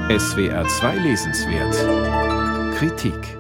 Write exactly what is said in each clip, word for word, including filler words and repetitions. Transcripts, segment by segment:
S W R zwei Lesenswert Kritik.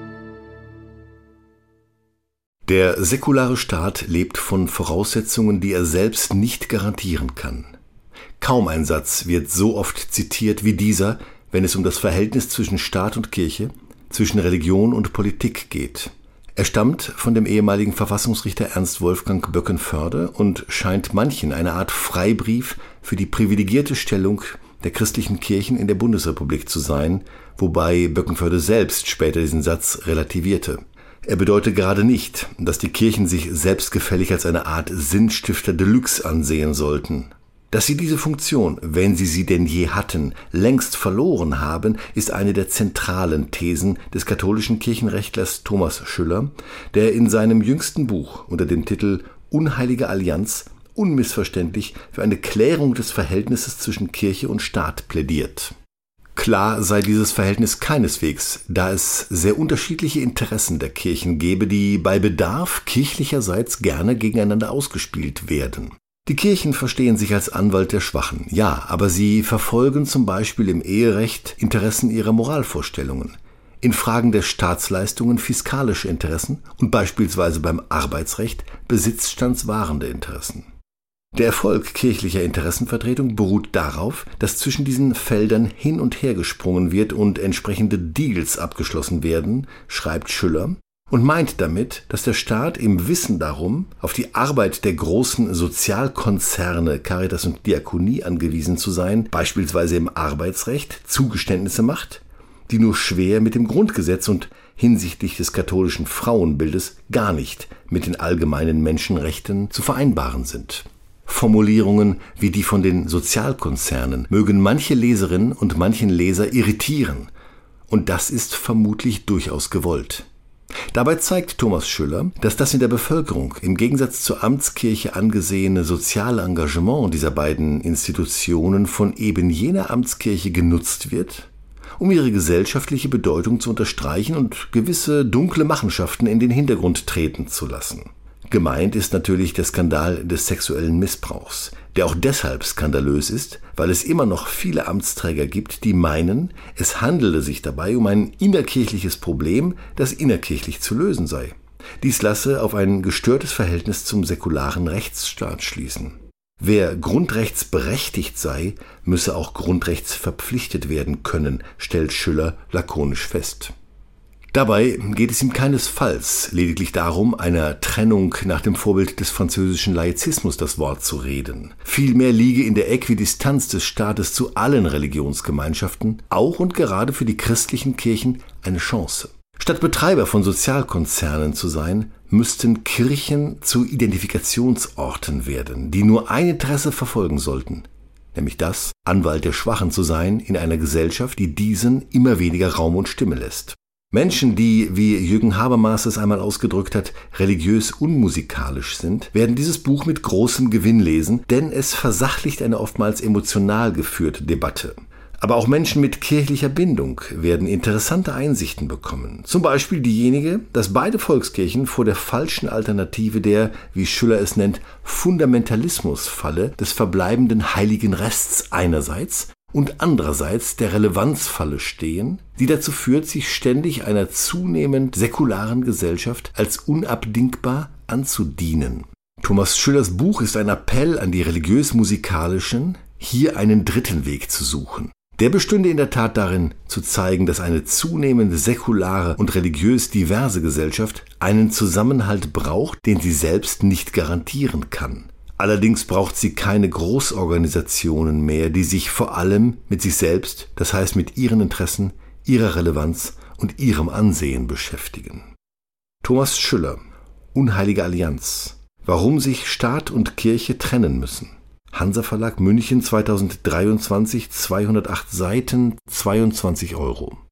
Der säkulare Staat lebt von Voraussetzungen, die er selbst nicht garantieren kann. Kaum ein Satz wird so oft zitiert wie dieser, wenn es um das Verhältnis zwischen Staat und Kirche, zwischen Religion und Politik geht. Er stammt von dem ehemaligen Verfassungsrichter Ernst Wolfgang Böckenförde und scheint manchen eine Art Freibrief für die privilegierte Stellung der christlichen Kirchen in der Bundesrepublik zu sein, wobei Böckenförde selbst später diesen Satz relativierte. Er bedeutet gerade nicht, dass die Kirchen sich selbstgefällig als eine Art Sinnstifter Deluxe ansehen sollten. Dass sie diese Funktion, wenn sie sie denn je hatten, längst verloren haben, ist eine der zentralen Thesen des katholischen Kirchenrechtlers Thomas Schüller, der in seinem jüngsten Buch unter dem Titel Unheilige Allianz unmissverständlich für eine Klärung des Verhältnisses zwischen Kirche und Staat plädiert. Klar sei dieses Verhältnis keineswegs, da es sehr unterschiedliche Interessen der Kirchen gebe, die bei Bedarf kirchlicherseits gerne gegeneinander ausgespielt werden. Die Kirchen verstehen sich als Anwalt der Schwachen, ja, aber sie verfolgen zum Beispiel im Eherecht Interessen ihrer Moralvorstellungen, in Fragen der Staatsleistungen fiskalische Interessen und beispielsweise beim Arbeitsrecht besitzstandswahrende Interessen. Der Erfolg kirchlicher Interessenvertretung beruht darauf, dass zwischen diesen Feldern hin und her gesprungen wird und entsprechende Deals abgeschlossen werden, schreibt Schüller, und meint damit, dass der Staat im Wissen darum, auf die Arbeit der großen Sozialkonzerne Caritas und Diakonie angewiesen zu sein, beispielsweise im Arbeitsrecht Zugeständnisse macht, die nur schwer mit dem Grundgesetz und hinsichtlich des katholischen Frauenbildes gar nicht mit den allgemeinen Menschenrechten zu vereinbaren sind. Formulierungen wie die von den Sozialkonzernen mögen manche Leserinnen und manchen Leser irritieren, und das ist vermutlich durchaus gewollt. Dabei zeigt Thomas Schüller, dass das in der Bevölkerung im Gegensatz zur Amtskirche angesehene soziale Engagement dieser beiden Institutionen von eben jener Amtskirche genutzt wird, um ihre gesellschaftliche Bedeutung zu unterstreichen und gewisse dunkle Machenschaften in den Hintergrund treten zu lassen. Gemeint ist natürlich der Skandal des sexuellen Missbrauchs, der auch deshalb skandalös ist, weil es immer noch viele Amtsträger gibt, die meinen, es handele sich dabei um ein innerkirchliches Problem, das innerkirchlich zu lösen sei. Dies lasse auf ein gestörtes Verhältnis zum säkularen Rechtsstaat schließen. Wer grundrechtsberechtigt sei, müsse auch grundrechtsverpflichtet werden können, stellt Schüller lakonisch fest. Dabei geht es ihm keinesfalls lediglich darum, einer Trennung nach dem Vorbild des französischen Laizismus das Wort zu reden. Vielmehr liege in der Äquidistanz des Staates zu allen Religionsgemeinschaften, auch und gerade für die christlichen Kirchen, eine Chance. Statt Betreiber von Sozialkonzernen zu sein, müssten Kirchen zu Identifikationsorten werden, die nur ein Interesse verfolgen sollten, nämlich das, Anwalt der Schwachen zu sein in einer Gesellschaft, die diesen immer weniger Raum und Stimme lässt. Menschen, die, wie Jürgen Habermas es einmal ausgedrückt hat, religiös unmusikalisch sind, werden dieses Buch mit großem Gewinn lesen, denn es versachlicht eine oftmals emotional geführte Debatte. Aber auch Menschen mit kirchlicher Bindung werden interessante Einsichten bekommen. Zum Beispiel diejenige, dass beide Volkskirchen vor der falschen Alternative der, wie Schüller es nennt, Fundamentalismusfalle des verbleibenden heiligen Rests einerseits und andererseits der Relevanzfalle stehen, die dazu führt, sich ständig einer zunehmend säkularen Gesellschaft als unabdingbar anzudienen. Thomas Schüllers Buch ist ein Appell an die religiös-musikalischen, hier einen dritten Weg zu suchen. Der bestünde in der Tat darin, zu zeigen, dass eine zunehmend säkulare und religiös diverse Gesellschaft einen Zusammenhalt braucht, den sie selbst nicht garantieren kann. Allerdings braucht sie keine Großorganisationen mehr, die sich vor allem mit sich selbst, das heißt mit ihren Interessen, ihrer Relevanz und ihrem Ansehen beschäftigen. Thomas Schüller, Unheilige Allianz. Warum sich Staat und Kirche trennen müssen. Hansa Verlag München zweitausenddreiundzwanzig, zweihundertacht Seiten, zweiundzwanzig Euro.